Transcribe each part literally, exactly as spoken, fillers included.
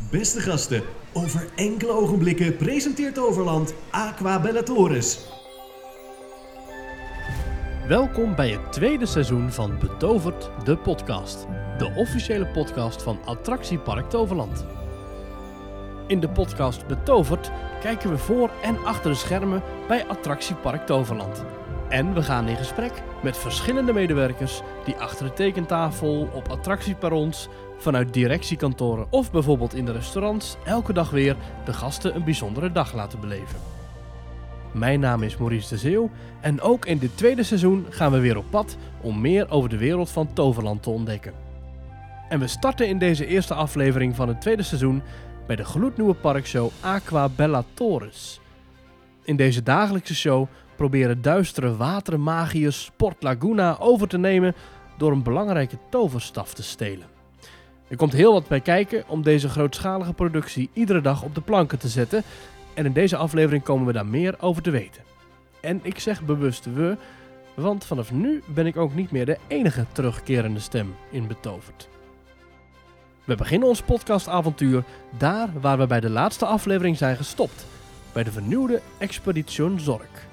Beste gasten, over enkele ogenblikken presenteert Toverland Aqua Bellatoris. Welkom bij het tweede seizoen van Betoverd, de podcast. De officiële podcast van Attractiepark Toverland. In de podcast Betoverd kijken we voor en achter de schermen bij Attractiepark Toverland. En we gaan in gesprek met verschillende medewerkers die achter de tekentafel, op attractieperrons, vanuit directiekantoren of bijvoorbeeld in de restaurants elke dag weer de gasten een bijzondere dag laten beleven. Mijn naam is Maurice de Zeeuw en ook in dit tweede seizoen gaan we weer op pad om meer over de wereld van Toverland te ontdekken. En we starten in deze eerste aflevering van het tweede seizoen bij de gloednieuwe parkshow Aqua Bellatoris. In deze dagelijkse show proberen duistere watermagiërs Sport Laguna over te nemen door een belangrijke toverstaf te stelen. Er komt heel wat bij kijken om deze grootschalige productie iedere dag op de planken te zetten en in deze aflevering komen we daar meer over te weten. En ik zeg bewust we, want vanaf nu ben ik ook niet meer de enige terugkerende stem in Betoverd. We beginnen ons podcastavontuur daar waar we bij de laatste aflevering zijn gestopt, bij de vernieuwde Expedition Zork.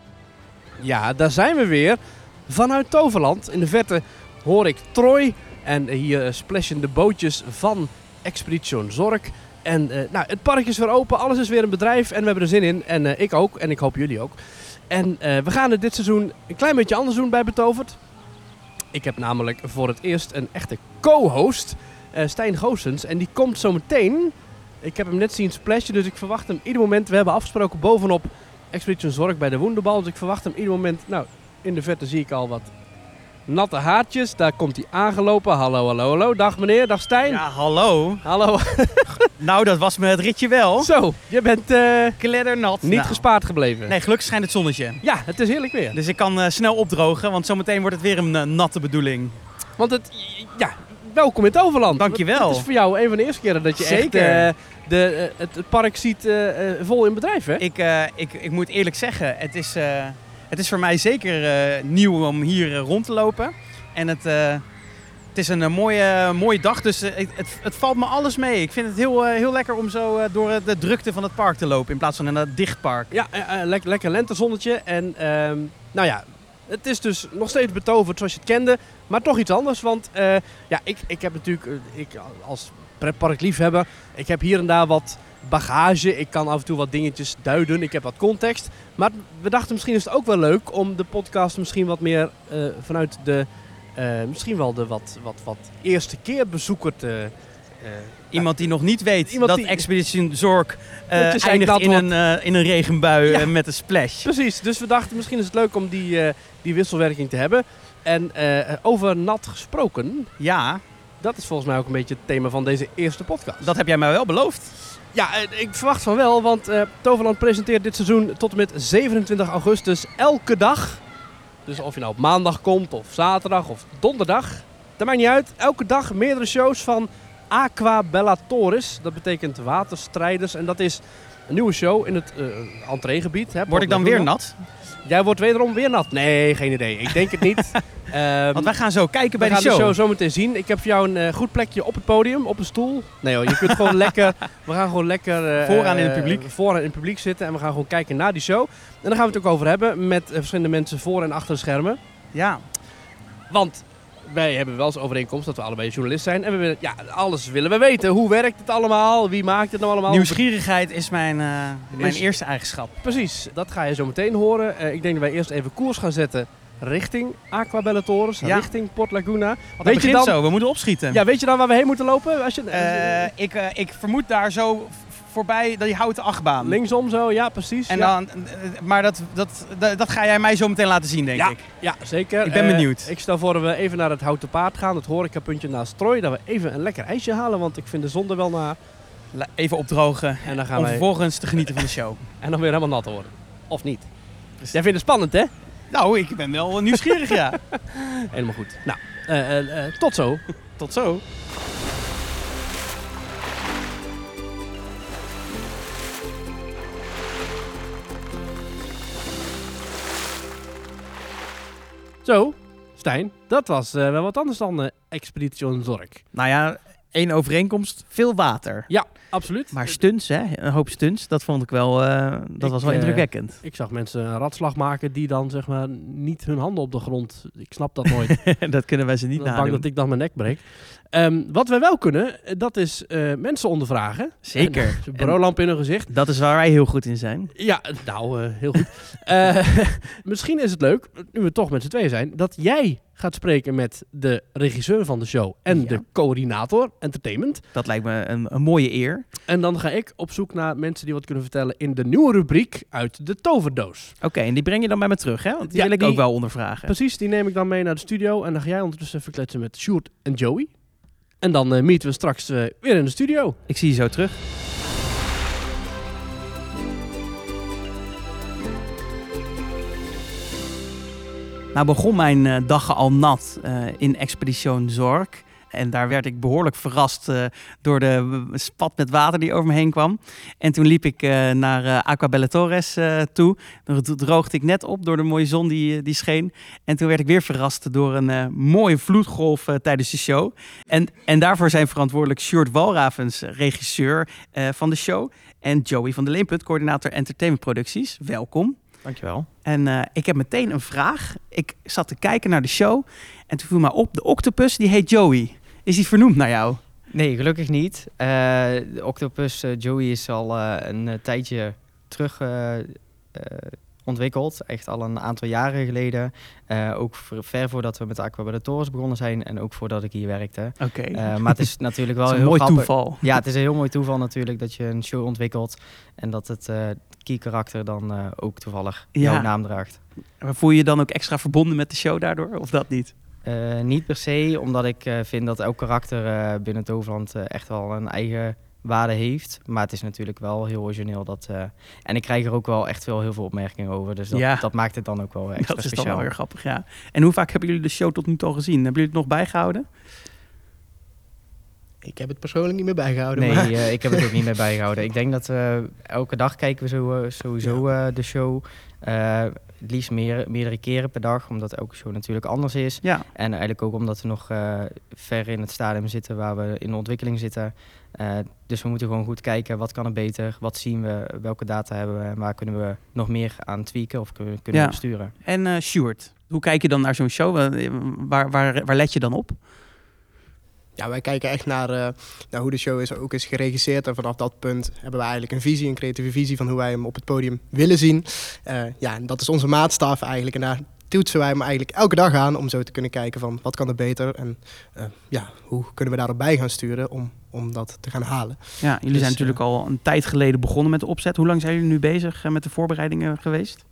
Ja, daar zijn we weer. Vanuit Toverland. In de verte hoor ik Troy. En hier splashen de bootjes van Expedition Zork. En uh, nou, het park is weer open. Alles is weer een bedrijf. En we hebben er zin in. En uh, ik ook. En ik hoop jullie ook. En uh, we gaan het dit seizoen een klein beetje anders doen bij Betoverd. Ik heb namelijk voor het eerst een echte co-host. Uh, Stijn Goossens. En die komt zo meteen. Ik heb hem net zien splashen. Dus ik verwacht hem ieder moment. We hebben afgesproken bovenop Expedition Zork bij de Wonderbal. Dus ik verwacht hem ieder moment. Nou, in de verte zie ik al wat natte haartjes. Daar komt hij aangelopen. Hallo, hallo, hallo. Dag meneer, dag Stijn. Ja, hallo. Hallo. Nou, dat was me het ritje wel. Zo, je bent uh, kleddernat. niet nou. gespaard gebleven. Nee, gelukkig schijnt het zonnetje. Ja, het is heerlijk weer. Dus ik kan uh, snel opdrogen, want zometeen wordt het weer een uh, natte bedoeling. Want het, ja, welkom in Toverland. Dankjewel. Het is voor jou een van de eerste keren dat je Zeker. echt uh, de, uh, het, het park ziet uh, uh, vol in bedrijf, hè? Ik, uh, ik, ik moet eerlijk zeggen, het is, uh, het is voor mij zeker uh, nieuw om hier uh, rond te lopen. En het, uh, het is een uh, mooie, mooie dag, dus uh, het, het valt me alles mee. Ik vind het heel, uh, heel lekker om zo uh, door uh, de drukte van het park te lopen in plaats van in een dicht park. Ja, uh, uh, lekker, lekker lentezonnetje. En uh, nou ja, het is dus nog steeds Betoverd zoals je het kende, maar toch iets anders. Want uh, ja, ik, ik heb natuurlijk, uh, ik als pretparkliefhebber, ik heb hier en daar wat bagage. Ik kan af en toe wat dingetjes duiden. Ik heb wat context. Maar we dachten misschien is het ook wel leuk om de podcast misschien wat meer uh, vanuit de, uh, misschien wel de wat, wat, wat eerste keer bezoeker te... Uh, Iemand die nog niet weet Iemand dat die- Expedition Zork uh, Dat je zei eindigt dat in wat- een, uh, in een regenbui Ja. uh, met een splash. Precies, dus we dachten misschien is het leuk om die, uh, die wisselwerking te hebben. En uh, over nat gesproken, Ja, dat is volgens mij ook een beetje het thema van deze eerste podcast. dat heb jij mij wel beloofd. Ja, uh, ik verwacht van wel, want uh, Toverland presenteert dit seizoen tot en met zevenentwintig augustus elke dag. Dus of je nou op maandag komt, of zaterdag, of donderdag. Dat maakt niet uit. Elke dag meerdere shows van Aqua Bellatoris. Dat betekent waterstrijders. En dat is een nieuwe show in het uh, entreegebied. Hè, Word ik dan weer nat? Jij wordt wederom weer nat. Nee, geen idee. Ik denk het niet. um, Want wij gaan zo kijken bij we de gaan show. de show zo meteen zien. Ik heb voor jou een uh, goed plekje op het podium, op een stoel. Nee hoor, je kunt gewoon lekker... We gaan gewoon lekker... Uh, Vooraan in het publiek. Uh, vooraan in het publiek zitten. En we gaan gewoon kijken naar die show. En daar gaan we het ook over hebben met uh, verschillende mensen voor en achter de schermen. Ja, Want wij hebben wel eens overeenkomst dat we allebei journalist zijn. En we willen, ja, alles willen we weten. Hoe werkt het allemaal? Wie maakt het nou allemaal? nieuwsgierigheid is mijn, uh, mijn Is- eerste eigenschap. Precies, dat ga je zo meteen horen. Uh, ik denk dat wij eerst even koers gaan zetten richting Aqua Bellatoris, Ja. richting Port Laguna. Want het Weet je begint dan- zo, we moeten opschieten. Ja, weet je dan waar we heen moeten lopen? Als je, Uh, ik, uh, ik vermoed daar zo v- voorbij die houten achtbaan. linksom zo, ja precies. En ja. dan, uh, maar dat, dat, dat, dat ga jij mij zo meteen laten zien, denk Ja. ik. Ja, zeker. Ik ben Eh, benieuwd. ik stel voor dat we even naar het Houten Paard gaan, het horecapuntje naast Troy. Dat we even een lekker ijsje halen, want ik vind de zon er wel naar. La- Even opdrogen En dan gaan om wij vervolgens te genieten van de show. en dan weer helemaal nat worden. Of niet. Jij vindt het spannend, hè? Nou, ik ben wel nieuwsgierig, ja. Helemaal goed. Nou, eh, eh, eh, tot zo. Tot zo. Zo, Stijn, dat was eh, wel wat anders dan uh, Expedition Zork. Nou ja, één overeenkomst, veel water. Ja, absoluut. Maar stunts, hè? Een hoop stunts, dat vond ik wel, uh, dat ik, was wel indrukwekkend. Uh, ik zag mensen een ratslag maken die dan zeg maar niet hun handen op de grond. Ik snap dat nooit. Dat kunnen wij ze niet ik ben nadoen. bang dat ik dan mijn nek breek. Um, wat wij wel kunnen, dat is uh, mensen ondervragen. Zeker. Een bureaulamp in hun gezicht. Dat is waar wij heel goed in zijn. Ja, nou, uh, heel goed. uh, misschien is het leuk, nu we toch met z'n tweeën zijn, dat jij gaat spreken met de regisseur van de show en ja. de coördinator entertainment. Dat lijkt me een, een mooie eer. En dan ga ik op zoek naar mensen die wat kunnen vertellen in de nieuwe rubriek uit de toverdoos. Oké, okay, en die breng je dan bij me terug, hè? Want die ja, wil ik die, ook wel ondervragen. Precies, die neem ik dan mee naar de studio en dan ga jij ondertussen even kletsen met Sjoerd en Joey. En dan uh, meeten we straks uh, weer in de studio. Ik zie je zo terug. Nou begon mijn uh, dag al nat uh, in Expedition Zorg. En daar werd ik behoorlijk verrast uh, door de spat met water die over me heen kwam. En toen liep ik uh, naar uh, Aqua Bellatores uh, toe. Dan droogde ik net op door de mooie zon die, die scheen. En toen werd ik weer verrast door een uh, mooie vloedgolf uh, tijdens de show. En, en daarvoor zijn verantwoordelijk Sjoerd Walravens, regisseur uh, van de show. En Joey van der Leemput, coördinator Entertainment Producties. Welkom. Dankjewel. En uh, ik heb meteen een vraag. Ik zat te kijken naar de show en toen viel me op, de octopus die heet Joey. Is die vernoemd naar jou? Nee, gelukkig niet. Uh, de octopus uh, Joey is al uh, een uh, tijdje terug uh, uh, ontwikkeld. Echt al een aantal jaren geleden. Uh, ook ver voordat we met Aqua Bellatores begonnen zijn en ook voordat ik hier werkte. Oké. Okay. Uh, maar het is natuurlijk wel het is een heel mooi grappig. toeval. Ja, het is een heel mooi toeval natuurlijk dat je een show ontwikkelt en dat het uh, key karakter dan uh, ook toevallig ja. jouw naam draagt. Maar voel je je dan ook extra verbonden met de show daardoor, of dat niet? Uh, niet per se, omdat ik uh, vind dat elk karakter uh, binnen Toverland uh, echt wel een eigen waarde heeft. Maar het is natuurlijk wel heel origineel. Dat, uh, en ik krijg er ook wel echt wel heel veel opmerkingen over. Dus dat, ja. dat maakt het dan ook wel extra dat is speciaal. Dan wel weer grappig, ja. En hoe vaak hebben jullie de show tot nu toe al gezien? Hebben jullie het nog bijgehouden? Ik heb het persoonlijk niet meer bijgehouden. Nee, maar... uh, ik heb het ook niet meer bijgehouden. Ik denk dat we elke dag kijken we zo, uh, sowieso uh, de show. Uh, het liefst meer, meerdere keren per dag, omdat elke show natuurlijk anders is. Ja. En eigenlijk ook omdat we nog uh, ver in het stadium zitten waar we in de ontwikkeling zitten. Uh, dus we moeten gewoon goed kijken, wat kan er beter, wat zien we, welke data hebben we en waar kunnen we nog meer aan tweaken of kunnen, kunnen ja. we besturen. En uh, Sjoerd, hoe kijk je dan naar zo'n show? Waar, waar, waar let je dan op? Ja, wij kijken echt naar, uh, naar hoe de show is, ook is geregisseerd. En vanaf dat punt hebben we eigenlijk een visie, een creatieve visie van hoe wij hem op het podium willen zien. Uh, ja, en dat is onze maatstaf eigenlijk. En daar toetsen wij hem eigenlijk elke dag aan om zo te kunnen kijken van wat kan er beter. En uh, ja, hoe kunnen we daarop bij gaan sturen om, om dat te gaan halen. Ja, jullie dus, zijn natuurlijk uh, al een tijd geleden begonnen met de opzet. Hoe lang zijn jullie nu bezig uh, met de voorbereidingen geweest?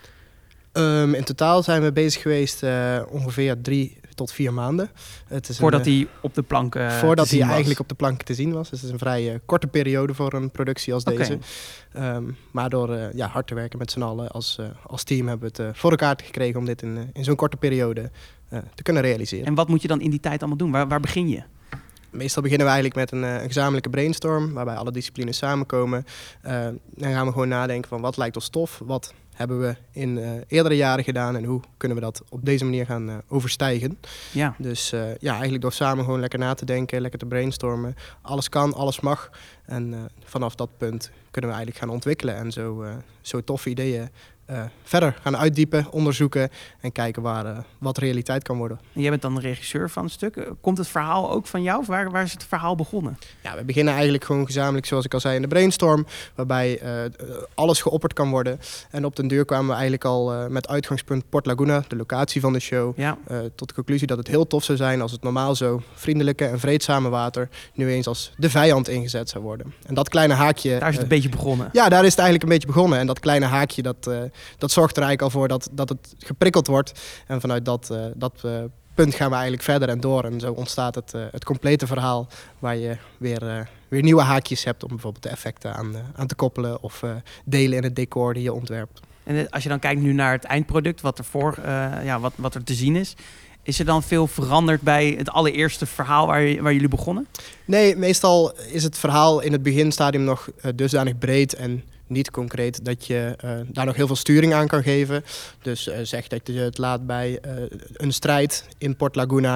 Um, in totaal zijn we bezig geweest uh, ongeveer drie tot vier maanden. Het is voordat een, hij op de plank uh, Voordat te zien hij was. eigenlijk op de plank te zien was. Dus het is een vrij uh, korte periode voor een productie als deze. Okay. Um, maar door uh, ja, hard te werken met z'n allen als, uh, als team hebben we het uh, voor elkaar gekregen om dit in, uh, in zo'n korte periode uh, te kunnen realiseren. En wat moet je dan in die tijd allemaal doen? Waar, waar begin je? Meestal beginnen we eigenlijk met een, uh, een gezamenlijke brainstorm waarbij alle disciplines samenkomen. Uh, dan gaan we gewoon nadenken van wat lijkt ons tof, wat hebben we in uh, eerdere jaren gedaan en hoe kunnen we dat op deze manier gaan uh, overstijgen. Ja. Dus uh, ja, eigenlijk door samen gewoon lekker na te denken, lekker te brainstormen. Alles kan, alles mag. En uh, vanaf dat punt kunnen we eigenlijk gaan ontwikkelen en zo, uh, zo toffe ideeën uh, verder gaan uitdiepen, onderzoeken en kijken waar, uh, wat realiteit kan worden. En jij bent dan de regisseur van het stuk. Komt het verhaal ook van jou of waar, waar is het verhaal begonnen? Ja, we beginnen eigenlijk gewoon gezamenlijk, zoals ik al zei, in de brainstorm, waarbij uh, alles geopperd kan worden. En op den duur kwamen we eigenlijk al uh, met uitgangspunt Port Laguna, de locatie van de show, ja. uh, tot de conclusie dat het heel tof zou zijn als het normaal zo vriendelijke en vreedzame water nu eens als de vijand ingezet zou worden. En dat kleine haakje... Daar is het uh, een beetje begonnen. Ja, daar is het eigenlijk een beetje begonnen. En dat kleine haakje, dat, uh, dat zorgt er eigenlijk al voor dat, dat het geprikkeld wordt. En vanuit dat, uh, dat uh, punt gaan we eigenlijk verder en door. En zo ontstaat het, uh, het complete verhaal waar je weer, uh, weer nieuwe haakjes hebt om bijvoorbeeld de effecten aan, uh, aan te koppelen of uh, delen in het decor die je ontwerpt. En als je dan kijkt nu naar het eindproduct, wat er, voor, uh, ja, wat, wat er te zien is, is er dan veel veranderd bij het allereerste verhaal waar, je, waar jullie begonnen? Nee, meestal is het verhaal in het beginstadium nog uh, dusdanig breed en niet concreet dat je uh, daar nog heel veel sturing aan kan geven. Dus uh, zeg dat je het laat bij uh, een strijd in Port Laguna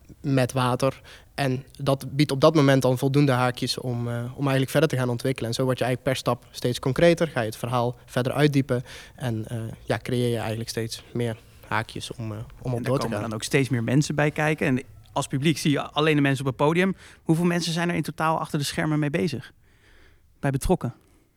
met water. En dat biedt op dat moment dan voldoende haakjes om, uh, om eigenlijk verder te gaan ontwikkelen. En zo word je eigenlijk per stap steeds concreter, ga je het verhaal verder uitdiepen en uh, ja, creëer je eigenlijk steeds meer haakjes om, uh, om op door te gaan. En daar komen dan ook steeds meer mensen bij kijken. En als publiek zie je alleen de mensen op het podium. Hoeveel mensen zijn er in totaal achter de schermen mee bezig? Bij betrokken?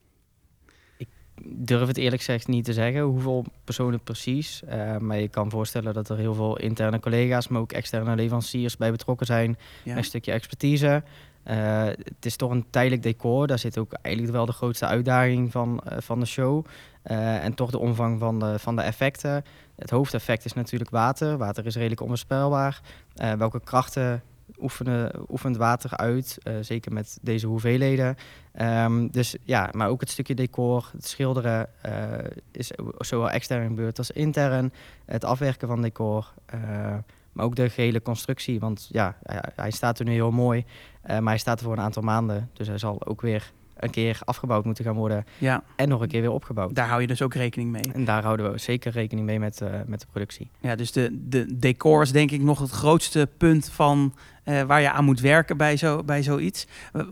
Ik durf het eerlijk gezegd niet te zeggen hoeveel personen precies. Uh, maar je kan voorstellen dat er heel veel interne collega's, maar ook externe leveranciers bij betrokken zijn. Ja. Een stukje expertise. Uh, het is toch een tijdelijk decor. Daar zit ook eigenlijk wel de grootste uitdaging van, uh, van de show. Uh, en toch de omvang van de, van de effecten. Het hoofdeffect is natuurlijk water. Water is redelijk onvoorspelbaar. Uh, welke krachten oefenen, oefent water uit? Uh, zeker met deze hoeveelheden. Um, dus ja, maar ook het stukje decor, het schilderen uh, is zowel extern gebeurd als intern. Het afwerken van decor. Uh, Maar ook de gehele constructie, want ja, hij, hij staat er nu heel mooi, uh, maar hij staat er voor een aantal maanden. Dus hij zal ook weer een keer afgebouwd moeten gaan worden Ja. en nog een keer weer opgebouwd. Daar hou je dus ook rekening mee. En daar houden we zeker rekening mee met, uh, met de productie. Ja, dus de, de decor is denk ik nog het grootste punt van uh, waar je aan moet werken bij, zo, bij zoiets.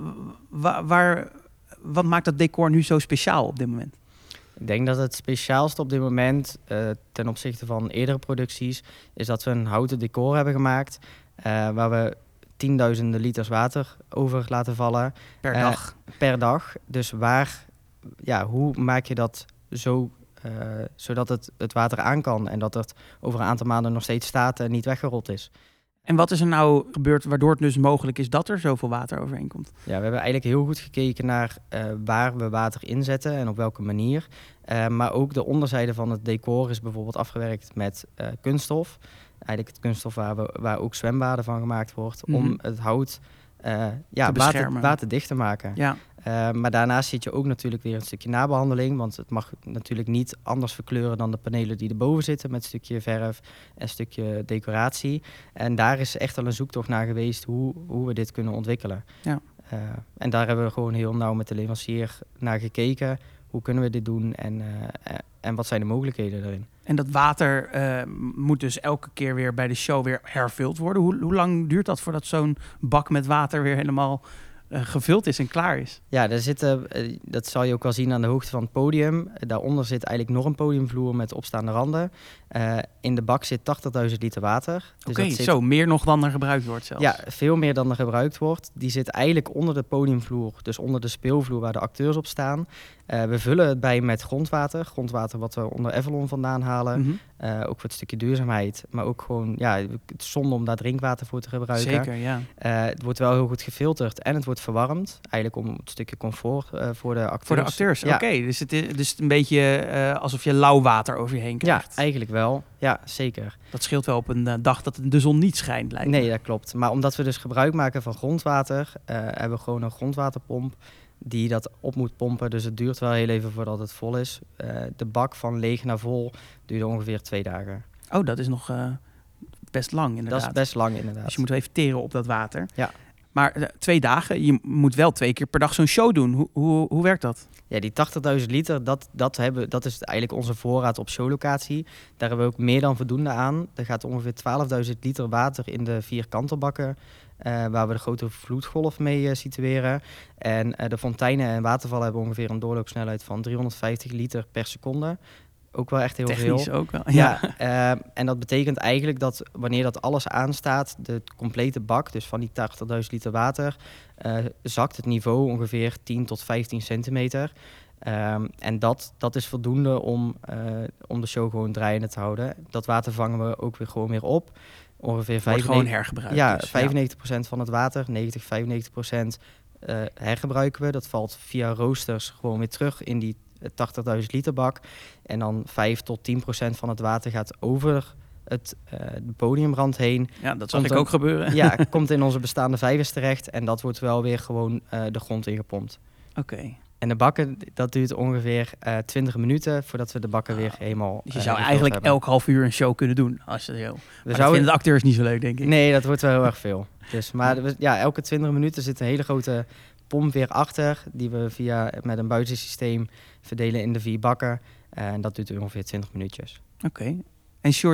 Waar, waar, wat maakt dat decor nu zo speciaal op dit moment? Ik denk dat het speciaalste op dit moment, uh, ten opzichte van eerdere producties, is dat we een houten decor hebben gemaakt, uh, waar we tienduizenden liters water over laten vallen. Per uh, dag? Per dag. Dus waar, ja, hoe maak je dat zo, uh, zodat het, het water aan kan en dat het over een aantal maanden nog steeds staat en niet weggerold is. En wat is er nou gebeurd waardoor het dus mogelijk is dat er zoveel water overheen komt? Ja, we hebben eigenlijk heel goed gekeken naar uh, waar we water inzetten en op welke manier. Uh, maar ook de onderzijde van het decor is bijvoorbeeld afgewerkt met uh, kunststof. Eigenlijk het kunststof waar, we, waar ook zwembaden van gemaakt wordt. Mm-hmm. Om het hout uh, ja, water, waterdicht te maken. Ja. Uh, maar daarnaast zit je ook natuurlijk weer een stukje nabehandeling. Want het mag natuurlijk niet anders verkleuren dan de panelen die erboven zitten. Met een stukje verf en een stukje decoratie. En daar is echt al een zoektocht naar geweest hoe, hoe we dit kunnen ontwikkelen. Ja. Uh, en daar hebben we gewoon heel nauw met de leverancier naar gekeken. Hoe kunnen we dit doen en, uh, en wat zijn de mogelijkheden daarin? En dat water uh, moet dus elke keer weer bij de show weer hervuld worden. Hoe, hoe lang duurt dat voordat zo'n bak met water weer helemaal uh, gevuld is en klaar is? Ja, daar zitten, uh, dat zal je ook wel zien aan de hoogte van het podium. Daaronder zit eigenlijk nog een podiumvloer met opstaande randen. Uh, in de bak zit tachtigduizend liter water. Dus Oké, okay, zit... zo, meer nog dan er gebruikt wordt zelfs. Ja, veel meer dan er gebruikt wordt. Die zit eigenlijk onder de podiumvloer, dus onder de speelvloer waar de acteurs op staan. Uh, we vullen het bij met grondwater. Grondwater wat we onder Avalon vandaan halen. Mm-hmm. Uh, ook voor het stukje duurzaamheid. Maar ook gewoon, ja, het is zonde om daar drinkwater voor te gebruiken. Zeker, ja. Uh, het wordt wel heel goed gefilterd en het wordt verwarmd. Eigenlijk om het stukje comfort uh, voor de acteurs. Voor de acteurs, ja. Oké. Okay. Dus het is dus een beetje uh, alsof je lauw water over je heen krijgt. Ja, eigenlijk wel. Ja, zeker. Dat scheelt wel op een uh, dag dat de zon niet schijnt, lijkt Nee, me. dat klopt. Maar omdat we dus gebruik maken van grondwater, uh, hebben we gewoon een grondwaterpomp die dat op moet pompen. Dus het duurt wel heel even voordat het vol is. Uh, de bak van leeg naar vol duurde ongeveer twee dagen. Oh, dat is nog uh, best lang inderdaad. Dat is best lang inderdaad. Dus je moet wel even teren op dat water. Ja. Maar uh, twee dagen, je moet wel twee keer per dag zo'n show doen. Hoe, hoe, hoe werkt dat? Ja, die tachtigduizend liter, dat, dat, hebben, dat is eigenlijk onze voorraad op showlocatie. Daar hebben we ook meer dan voldoende aan. Er gaat ongeveer twaalfduizend liter water in de vier kantelbakken, uh, waar we de grote vloedgolf mee uh, situeren. En uh, de fonteinen en watervallen hebben ongeveer een doorloopsnelheid van driehonderdvijftig liter per seconde. Ook wel echt heel Technisch veel. Technisch ook wel. Ja, ja uh, en dat betekent eigenlijk dat wanneer dat alles aanstaat, de complete bak, dus van die tachtigduizend liter water, uh, zakt het niveau ongeveer tien tot vijftien centimeter. Um, en dat, dat is voldoende om, uh, om de show gewoon draaiende te houden. Dat water vangen we ook weer gewoon weer op. Ongeveer Wordt gewoon hergebruikt. Ja, dus, vijfennegentig procent ja. van het water, negentig, vijfennegentig procent uh, hergebruiken we. Dat valt via roosters gewoon weer terug in die tachtigduizend liter bak. En dan vijf tot tien procent van het water gaat over het uh, de podiumrand heen. Ja, dat zag komt ik dan, ook gebeuren. Ja, komt in onze bestaande vijvers terecht. En dat wordt wel weer gewoon uh, de grond ingepompt. Oké. Okay. En de bakken, dat duurt ongeveer uh, twintig minuten voordat we de bakken ah, weer helemaal... Dus je uh, zou eigenlijk hebben. elk half uur een show kunnen doen. Als je, joh. We maar zouden... vinden de acteurs niet zo leuk, denk ik. Nee, dat wordt wel heel erg veel. Dus, maar we, ja, elke twintig minuten zit een hele grote pomp weer achter, die we via met een buizensysteem verdelen in de vier bakken. Uh, en dat duurt ongeveer twintig minuutjes. Oké. Okay. En Sjoerd,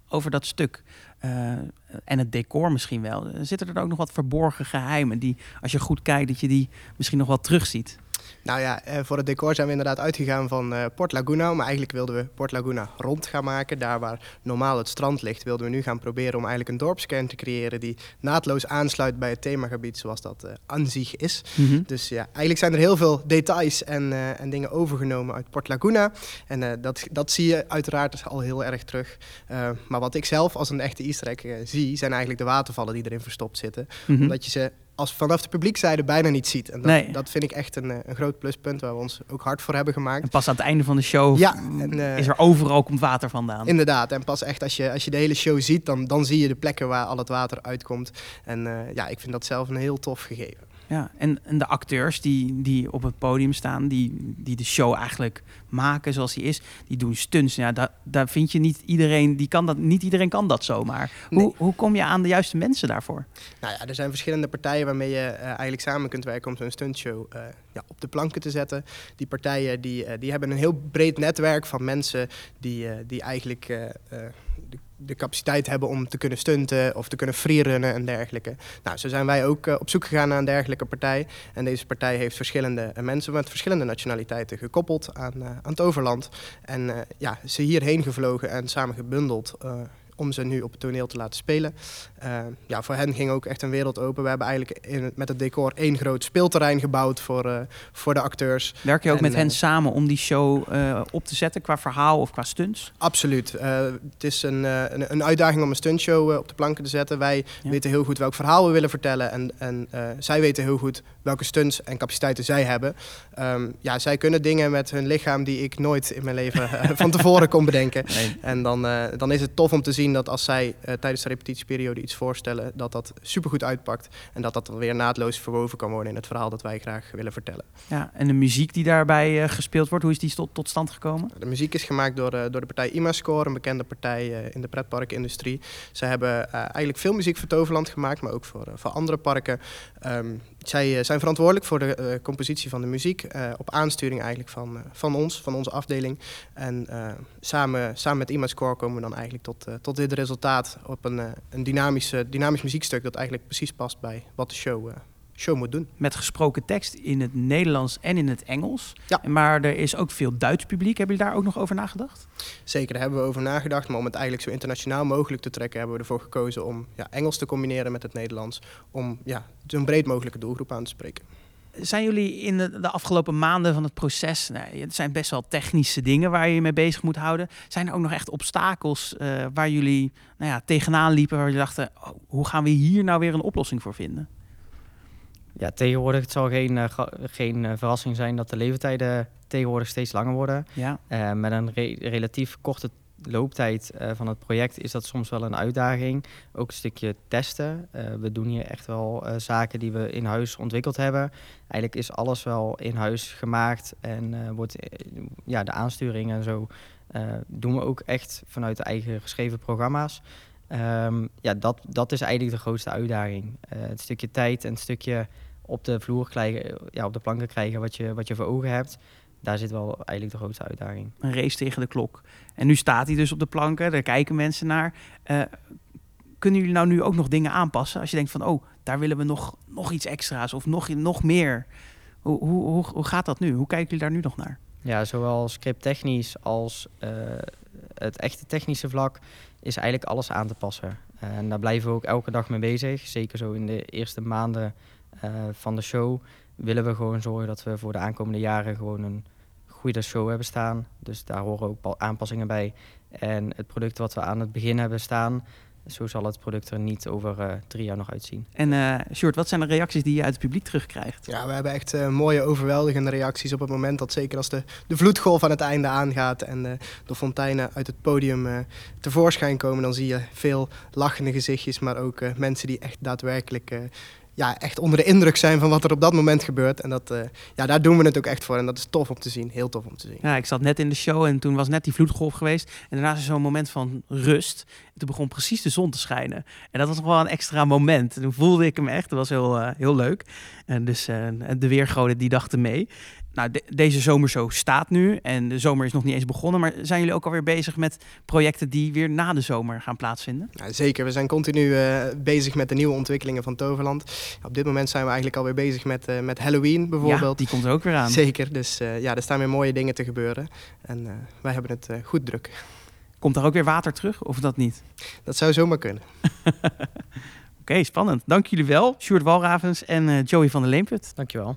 over dat stuk uh, en het decor misschien wel. Zitten er ook nog wat verborgen geheimen die, als je goed kijkt, dat je die misschien nog wel terugziet? Nou ja, voor het decor zijn we inderdaad uitgegaan van uh, Port Laguna. Maar eigenlijk wilden we Port Laguna rond gaan maken. Daar waar normaal het strand ligt, wilden we nu gaan proberen om eigenlijk een dorpskern te creëren die naadloos aansluit bij het themagebied zoals dat uh, aan zich is. Mm-hmm. Dus ja, eigenlijk zijn er heel veel details en, uh, en dingen overgenomen uit Port Laguna. En uh, dat, dat zie je uiteraard al heel erg terug. Uh, maar wat ik zelf als een echte easter egg uh, zie, zijn eigenlijk de watervallen die erin verstopt zitten. Mm-hmm. Omdat je ze als vanaf de publiekzijde bijna niet ziet. En dat, nee. dat vind ik echt een, een groot pluspunt waar we ons ook hard voor hebben gemaakt. En pas aan het einde van de show ja, en, uh, is er overal komt water vandaan. Inderdaad. En pas echt als je, als je de hele show ziet, dan, dan zie je de plekken waar al het water uitkomt. En uh, ja, ik vind dat zelf een heel tof gegeven. Ja, en, en de acteurs die, die op het podium staan, die, die de show eigenlijk maken zoals die is, die doen stunts. Ja, daar, daar vind je niet iedereen, die kan dat, niet iedereen kan dat zomaar. Nee. Hoe, hoe kom je aan de juiste mensen daarvoor? Nou ja, er zijn verschillende partijen waarmee je uh, eigenlijk samen kunt werken om zo'n stuntshow uh, ja, op de planken te zetten. Die partijen die, uh, die hebben een heel breed netwerk van mensen die, uh, die eigenlijk uh, uh, de de capaciteit hebben om te kunnen stunten of te kunnen freerunnen en dergelijke. Nou, zo zijn wij ook uh, op zoek gegaan naar een dergelijke partij. En deze partij heeft verschillende uh, mensen met verschillende nationaliteiten gekoppeld aan, uh, aan het overland. En uh, ja, ze hierheen gevlogen en samen gebundeld uh, om ze nu op het toneel te laten spelen. Uh, ja, voor hen ging ook echt een wereld open. We hebben eigenlijk in het, met het decor één groot speelterrein gebouwd voor, uh, voor de acteurs. Werk je ook en, met hen uh, samen om die show uh, op te zetten qua verhaal of qua stunts? Absoluut. Uh, het is een, uh, een, een uitdaging om een stuntshow uh, op de planken te zetten. Wij ja. weten heel goed welk verhaal we willen vertellen. En, en uh, zij weten heel goed welke stunts en capaciteiten zij hebben. Um, ja, zij kunnen dingen met hun lichaam die ik nooit in mijn leven uh, van tevoren kon bedenken. Nee. En dan, uh, dan is het tof om te zien dat als zij uh, tijdens de repetitieperiode iets voorstellen, dat dat supergoed uitpakt en dat dat dan weer naadloos verwoven kan worden in het verhaal dat wij graag willen vertellen. Ja, en de muziek die daarbij uh, gespeeld wordt, hoe is die tot, tot stand gekomen? De muziek is gemaakt door, uh, door de partij IMAScore, een bekende partij uh, in de pretparkindustrie. Ze hebben uh, eigenlijk veel muziek voor Toverland gemaakt, maar ook voor, uh, voor andere parken. Um, zij uh, zijn verantwoordelijk voor de uh, compositie van de muziek, uh, op aansturing eigenlijk van, uh, van ons, van onze afdeling. En uh, samen, samen met IMAScore komen we dan eigenlijk tot, uh, tot dit resultaat op een, uh, een dynamisch, uh, dynamisch muziekstuk dat eigenlijk precies past bij wat de show, uh, show moet doen. Met gesproken tekst in het Nederlands en in het Engels. Ja. Maar er is ook veel Duits publiek. Hebben jullie daar ook nog over nagedacht? Zeker, daar hebben we over nagedacht. Maar om het eigenlijk zo internationaal mogelijk te trekken, hebben we ervoor gekozen om ja, Engels te combineren met het Nederlands. Om ja, zo'n breed mogelijke doelgroep aan te spreken. Zijn jullie in de, de afgelopen maanden van het proces, nou, het zijn best wel technische dingen waar je je mee bezig moet houden. Zijn er ook nog echt obstakels uh, waar jullie nou ja, tegenaan liepen, waar je dachten, oh, hoe gaan we hier nou weer een oplossing voor vinden? Ja, tegenwoordig het zal geen, uh, geen uh, verrassing zijn dat de leeftijden tegenwoordig steeds langer worden. Ja. Uh, met een re- relatief korte looptijd uh, van het project is dat soms wel een uitdaging. Ook een stukje testen. Uh, we doen hier echt wel uh, zaken die we in huis ontwikkeld hebben. Eigenlijk is alles wel in huis gemaakt en uh, wordt uh, ja, de aansturing en zo uh, doen we ook echt vanuit de eigen geschreven programma's. Um, ja, dat, dat is eigenlijk de grootste uitdaging. Uh, het stukje tijd en het stukje op de vloer krijgen, ja, op de planken krijgen wat je, wat je voor ogen hebt. Daar zit wel eigenlijk de grootste uitdaging. Een race tegen de klok. En nu staat hij dus op de planken, daar kijken mensen naar. Uh, kunnen jullie nou nu ook nog dingen aanpassen? Als je denkt van, oh, daar willen we nog, nog iets extra's of nog, nog meer. Hoe, hoe, hoe, hoe gaat dat nu? Hoe kijken jullie daar nu nog naar? Ja, zowel scripttechnisch als uh, het echte technische vlak is eigenlijk alles aan te passen. Uh, en daar blijven we ook elke dag mee bezig. Zeker zo in de eerste maanden uh, van de show willen we gewoon zorgen dat we voor de aankomende jaren gewoon een goede show hebben staan. Dus daar horen ook aanpassingen bij. En het product wat we aan het begin hebben staan, zo zal het product er niet over uh, drie jaar nog uitzien. En uh, Sjoerd, wat zijn de reacties die je uit het publiek terugkrijgt? Ja, we hebben echt uh, mooie, overweldigende reacties op het moment dat zeker als de, de vloedgolf aan het einde aangaat en uh, de fonteinen uit het podium uh, tevoorschijn komen, dan zie je veel lachende gezichtjes, maar ook uh, mensen die echt daadwerkelijk uh, ja, echt onder de indruk zijn van wat er op dat moment gebeurt. En dat, uh, ja, daar doen we het ook echt voor. En dat is tof om te zien. Heel tof om te zien. Ja, ik zat net in de show en toen was net die vloedgolf geweest. En daarna is er zo'n moment van rust. En toen begon precies de zon te schijnen. En dat was nog wel een extra moment. Toen voelde ik hem echt. Dat was heel, uh, heel leuk. En dus uh, de weergoden die dachten mee. nou, de, deze zomershow staat nu en de zomer is nog niet eens begonnen. Maar zijn jullie ook alweer bezig met projecten die weer na de zomer gaan plaatsvinden? Ja, zeker, we zijn continu uh, bezig met de nieuwe ontwikkelingen van Toverland. Ja, op dit moment zijn we eigenlijk alweer bezig met, uh, met Halloween bijvoorbeeld. Ja, die komt er ook weer aan. Zeker, dus uh, ja, er staan weer mooie dingen te gebeuren. En uh, wij hebben het uh, goed druk. Komt er ook weer water terug of dat niet? Dat zou zomaar kunnen. Oké, okay, spannend. Dank jullie wel, Sjoerd Walravens en uh, Joey van der Leemput. Dankjewel.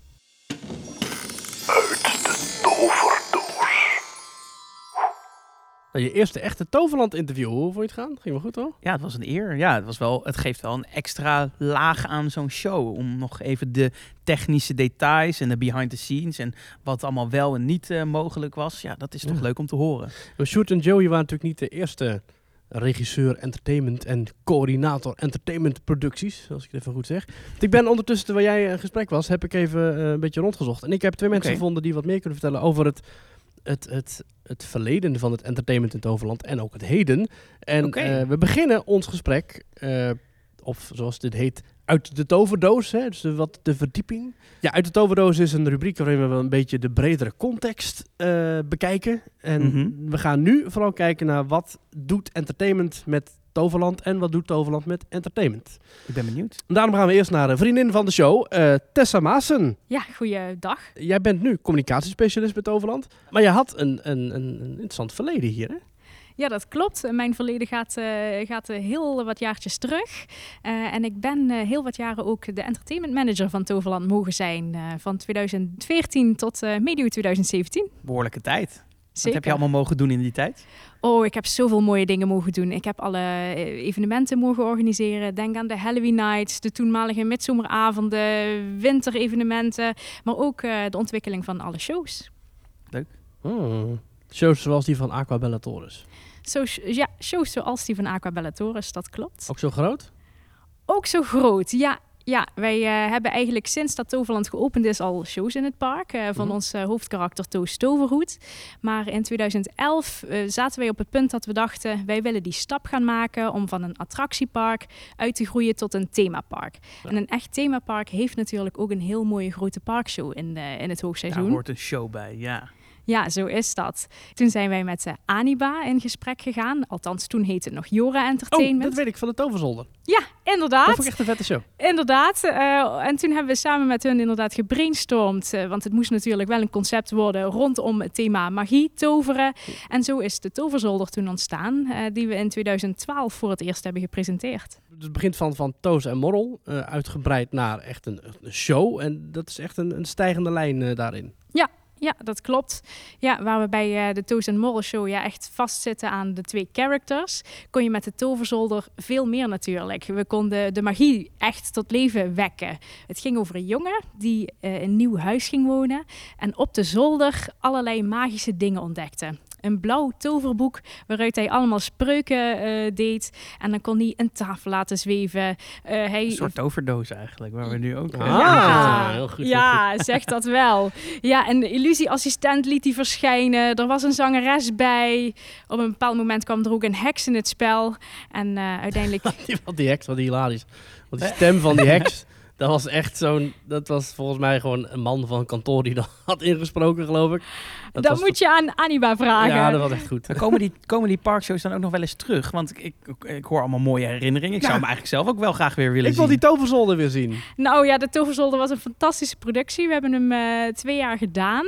Nou, je eerste echte Toverland-interview, hoe vond je het gaan? Ging wel goed, hoor? Ja, het was een eer. Ja, het, was wel, het geeft wel een extra laag aan zo'n show. Om nog even de technische details en de behind the scenes en wat allemaal wel en niet uh, mogelijk was. Ja, dat is toch ja. leuk om te horen. Sjoerd en Joey waren natuurlijk niet de eerste regisseur entertainment en coördinator entertainment producties, als ik het even goed zeg. Ik ben ondertussen, terwijl jij in gesprek was, heb ik even uh, een beetje rondgezocht. En ik heb twee mensen Okay. gevonden die wat meer kunnen vertellen over het Het, het, het verleden van het entertainment in Toverland en ook het heden. En Okay. uh, we beginnen ons gesprek, uh, of zoals dit heet, uit de toverdoos. Hè? Dus de, wat de verdieping. Ja, uit de toverdoos is een rubriek waarin we wel een beetje de bredere context uh, bekijken. En Mm-hmm. we gaan nu vooral kijken naar wat doet entertainment met Toverland en wat doet Toverland met entertainment. Ik ben benieuwd. En daarom gaan we eerst naar een vriendin van de show, uh, Tessa Maassen. Ja, goeiedag. Jij bent nu communicatiespecialist bij Toverland, maar je had een, een, een, een interessant verleden hier, hè? Ja, dat klopt. Mijn verleden gaat, uh, gaat uh, heel wat jaartjes terug. Uh, en ik ben uh, heel wat jaren ook de entertainment manager van Toverland mogen zijn. Uh, van tweeduizend veertien tot uh, medio tweeduizend zeventien. Behoorlijke tijd. Zeker. Wat heb je allemaal mogen doen in die tijd? Oh, ik heb zoveel mooie dingen mogen doen. Ik heb alle evenementen mogen organiseren. Denk aan de Halloween Nights, de toenmalige midzomeravonden, winterevenementen. Maar ook uh, de ontwikkeling van alle shows. Leuk. Oh. Shows zoals die van Aqua Bellatoris. So, ja, shows zoals die van Aqua Bellatoris, dat klopt. Ook zo groot? Ook zo groot, ja. Ja, wij uh, hebben eigenlijk sinds dat Toverland geopend is al shows in het park. Uh, van Mm-hmm. ons uh, hoofdkarakter Toos Toverhoed. Maar in tweeduizend elf uh, zaten wij op het punt dat we dachten... wij willen die stap gaan maken om van een attractiepark uit te groeien tot een themapark. Ja. En een echt themapark heeft natuurlijk ook een heel mooie grote parkshow in, uh, in het hoogseizoen. Daar hoort een show bij, ja. Ja, zo is dat. Toen zijn wij met uh, Aniba in gesprek gegaan. Althans, toen heette het nog Jora Oh, Entertainment. dat weet ik, van de Toverzolder. Ja, inderdaad. Dat vond ik echt een vette show. Inderdaad. Uh, en toen hebben we samen met hun inderdaad gebrainstormd. Uh, want het moest natuurlijk wel een concept worden rondom het thema magie, toveren. En zo is de Toverzolder toen ontstaan. Uh, die we in tweeduizend twaalf voor het eerst hebben gepresenteerd. Dus het begint van, van Toos en Morrel, uh, uitgebreid naar echt een, een show. En dat is echt een, een stijgende lijn uh, daarin. Ja. Ja, dat klopt. Ja, waar we bij uh, de Toos en Morrel Show ja, echt vastzitten aan de twee characters, kon je met de Toverzolder veel meer natuurlijk. We konden de magie echt tot leven wekken. Het ging over een jongen die uh, in een nieuw huis ging wonen en op de zolder allerlei magische dingen ontdekte. Een blauw toverboek waaruit hij allemaal spreuken uh, deed. En dan kon hij een tafel laten zweven. Uh, hij... Een soort toverdoos eigenlijk, waar we nu ook... Ah, ja, heel goed, heel ja zeg dat wel. Ja, en de illusieassistent liet hij verschijnen. Er was een zangeres bij. Op een bepaald moment kwam er ook een heks in het spel. En uh, uiteindelijk... die, die heks, wat hilarisch. Want die stem van die heks, dat was echt zo'n... Dat was volgens mij gewoon een man van een kantoor die dat had ingesproken, geloof ik. Dat Dat was moet je aan Aniba vragen. Ja, dat was echt goed. Maar komen die, komen die parkshows dan ook nog wel eens terug? Want ik, ik, ik hoor allemaal mooie herinneringen. Ik Ja. zou hem eigenlijk zelf ook wel graag weer willen Ik wil zien. die Toverzolder weer zien. Nou ja, de Toverzolder was een fantastische productie. We hebben hem uh, twee jaar gedaan.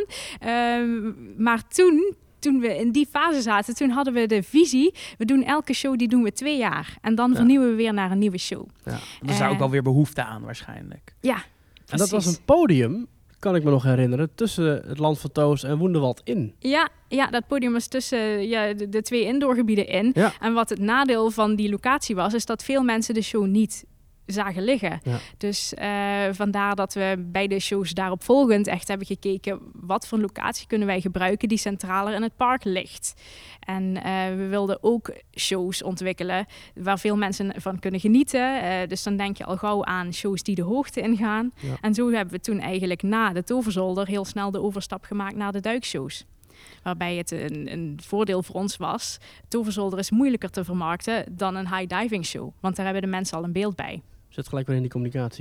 Uh, maar toen... Toen we in die fase zaten, toen hadden we de visie. We doen elke show, die doen we twee jaar. En dan Ja. vernieuwen we weer naar een nieuwe show. Ja. Er is daar Uh, ook wel weer behoefte aan waarschijnlijk. Ja, En dat was precies. een podium, kan ik me nog herinneren, tussen het Land van Toos en Woenderwald in. Ja, ja, dat podium was tussen ja, de, de twee indoorgebieden in. Ja. En wat het nadeel van die locatie was, is dat veel mensen de show niet zagen liggen. Ja. Dus uh, vandaar dat we bij de shows daarop volgend echt hebben gekeken wat voor locatie kunnen wij gebruiken die centraler in het park ligt. En uh, we wilden ook shows ontwikkelen waar veel mensen van kunnen genieten. Uh, dus dan denk je al gauw aan shows die de hoogte ingaan. Ja. En zo hebben we toen eigenlijk na de Toverzolder heel snel de overstap gemaakt naar de duikshows. Waarbij het een, een voordeel voor ons was. Toverzolder is moeilijker te vermarkten dan een high diving show. Want daar hebben de mensen al een beeld bij. Zit gelijk weer in die communicatie, hè?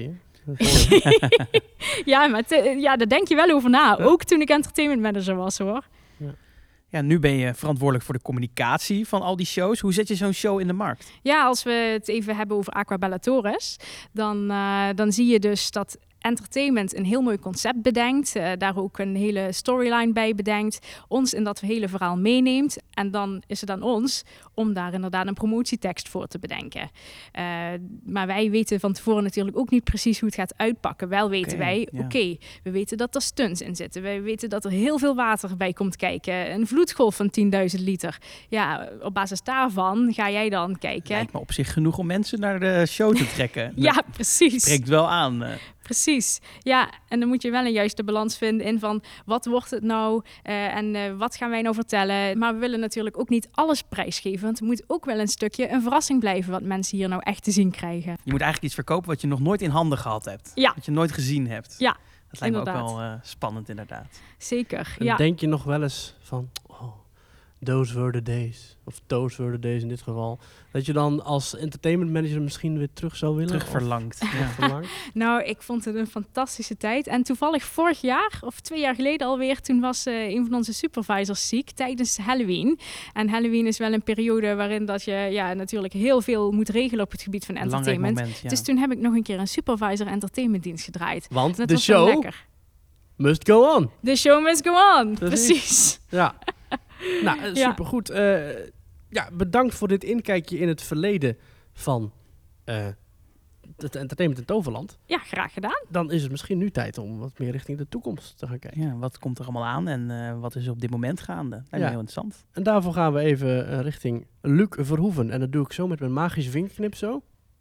ja, maar te, ja, daar denk je wel over na. Ja. Ook toen ik entertainment manager was, hoor. Ja, nu ben je verantwoordelijk voor de communicatie van al die shows. Hoe zet je zo'n show in de markt? Ja, als we het even hebben over Aqua Bellatores, dan, uh, dan zie je dus dat entertainment een heel mooi concept bedenkt, uh, daar ook een hele storyline bij bedenkt, ons in dat hele verhaal meeneemt en dan is het aan ons om daar inderdaad een promotietekst voor te bedenken. Uh, maar wij weten van tevoren natuurlijk ook niet precies hoe het gaat uitpakken. Wel weten Okay, wij, ja. oké, okay, we weten dat er stunts in zitten. Wij weten dat er heel veel water bij komt kijken. Een vloedgolf van tienduizend liter. Ja, op basis daarvan ga jij dan kijken. Lijkt me op zich genoeg om mensen naar de show te trekken. Ja, precies. Spreekt wel aan. Uh. Precies, ja, en dan moet je wel een juiste balans vinden in van wat wordt het nou uh, en uh, wat gaan wij nou vertellen. Maar we willen natuurlijk ook niet alles prijsgeven, want het moet ook wel een stukje een verrassing blijven wat mensen hier nou echt te zien krijgen. Je moet eigenlijk iets verkopen wat je nog nooit in handen gehad hebt. Ja. Wat je nooit gezien hebt. Ja, dat lijkt inderdaad. me ook wel uh, spannend inderdaad. Zeker, En ja. denk je nog wel eens van, oh, those were the days, of those were the days in dit geval, dat je dan als entertainment manager misschien weer terug zou willen? Terug verlangt. Of, Ja. verlangt? Nou, ik vond het een fantastische tijd. En toevallig vorig jaar, of twee jaar geleden alweer, toen was uh, een van onze supervisors ziek tijdens Halloween. En Halloween is wel een periode waarin dat je ja, natuurlijk heel veel moet regelen op het gebied van Belangrijk entertainment. moment, ja. Dus toen heb ik nog een keer een supervisor entertainment dienst gedraaid. Want Dat de was wel show lekker. must go on. The show must go on, Precies. precies. Ja, nou, uh, Ja. supergoed. Uh, ja, bedankt voor dit inkijkje in het verleden van uh, het entertainment in Toverland. Ja, graag gedaan. Dan is het misschien nu tijd om wat meer richting de toekomst te gaan kijken. Ja, wat komt er allemaal aan en uh, wat is er op dit moment gaande? Lijkt me Ja. heel interessant. En daarvoor gaan we even uh, richting Luc Verhoeven. En dat doe ik zo met mijn magische vingerknip zo.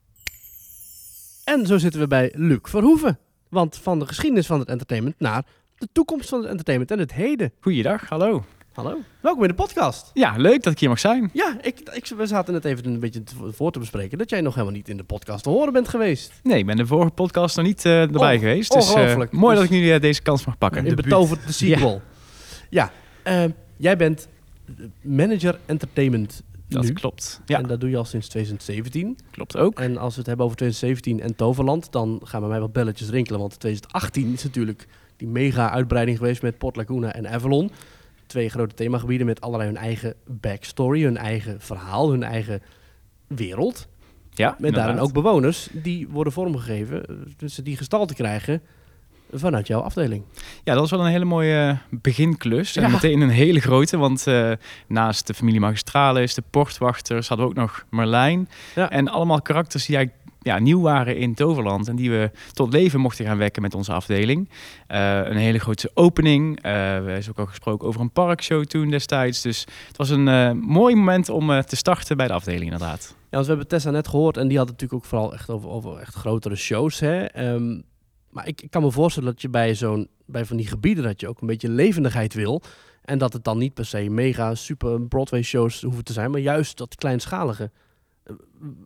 En zo zitten we bij Luc Verhoeven. Want van de geschiedenis van het entertainment naar de toekomst van het entertainment en het heden. Goeiedag, hallo. Hallo, welkom in de podcast. Ja, leuk dat ik hier mag zijn. Ja, ik, ik, we zaten net even een beetje te- voor te bespreken dat jij nog helemaal niet in de podcast te horen bent geweest. Nee, ik ben de vorige podcast nog niet uh, erbij Oh, geweest. Dus uh, ongelooflijk. mooi Dus- dat ik nu uh, deze kans mag pakken. In Betoverd de sequel. Ja, ja. Uh, jij bent manager entertainment Dat nu. klopt. Ja, En dat doe je al sinds twintig zeventien. klopt ook. En als we het hebben over twintig zeventien en Toverland, dan gaan bij mij wat belletjes rinkelen. Want twintig achttien is natuurlijk die mega uitbreiding geweest met Port Laguna en Avalon. Twee grote themagebieden met allerlei hun eigen backstory, hun eigen verhaal, hun eigen wereld. Ja, Met inderdaad. daarin ook bewoners die worden vormgegeven, dus die gestalte krijgen vanuit jouw afdeling. Ja, dat was wel een hele mooie beginklus. En Ja. meteen een hele grote, want uh, naast de familie Magistralis, de Portwachters, hadden we ook nog Marlijn. Ja. En allemaal karakters die eigenlijk ja, nieuw waren in Toverland en die we tot leven mochten gaan wekken met onze afdeling. Uh, een hele grote opening. Uh, we hebben ook al gesproken over een parkshow toen destijds. Dus het was een uh, mooi moment om uh, te starten bij de afdeling inderdaad. Ja, want we hebben Tessa net gehoord en die had het natuurlijk ook vooral echt over, over echt grotere shows. Hè? Um, maar ik, ik kan me voorstellen dat je bij zo'n bij van die gebieden dat je ook een beetje levendigheid wil. En dat het dan niet per se mega super Broadway shows hoeven te zijn, maar juist dat kleinschalige. Uh,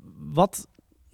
wat,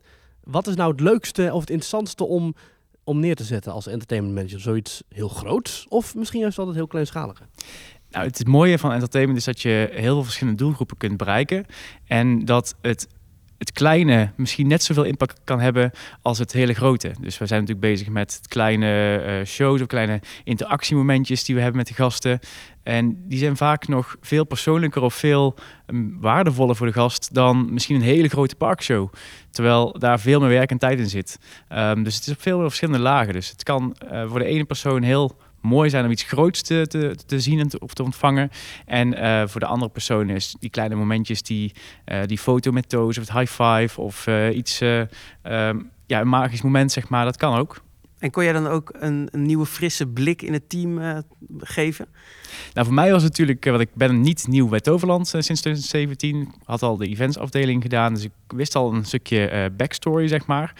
wat is nou het leukste of het interessantste om, om neer te zetten als entertainment manager? Zoiets heel groots of misschien juist altijd heel kleinschalige? Nou, het mooie van entertainment is dat je heel veel verschillende doelgroepen kunt bereiken. En dat het, het kleine misschien net zoveel impact kan hebben als het hele grote. Dus we zijn natuurlijk bezig met kleine uh, shows of kleine interactiemomentjes die we hebben met de gasten. En die zijn vaak nog veel persoonlijker of veel um, waardevoller voor de gast dan misschien een hele grote parkshow. Terwijl daar veel meer werk en tijd in zit. Um, dus het is op veel verschillende lagen. Dus het kan uh, voor de ene persoon heel mooi zijn om iets groots te, te, te zien en te, of te ontvangen. En uh, voor de andere persoon is die kleine momentjes, die, uh, die foto met toos of het high five of uh, iets, uh, um, ja, een magisch moment, zeg maar, dat kan ook. En kon jij dan ook een, een nieuwe frisse blik in het team uh, geven? Nou, voor mij was het natuurlijk, uh, want ik ben niet nieuw bij Toverland uh, sinds twintig zeventien. Ik had al de eventsafdeling gedaan, dus ik wist al een stukje uh, backstory, zeg maar.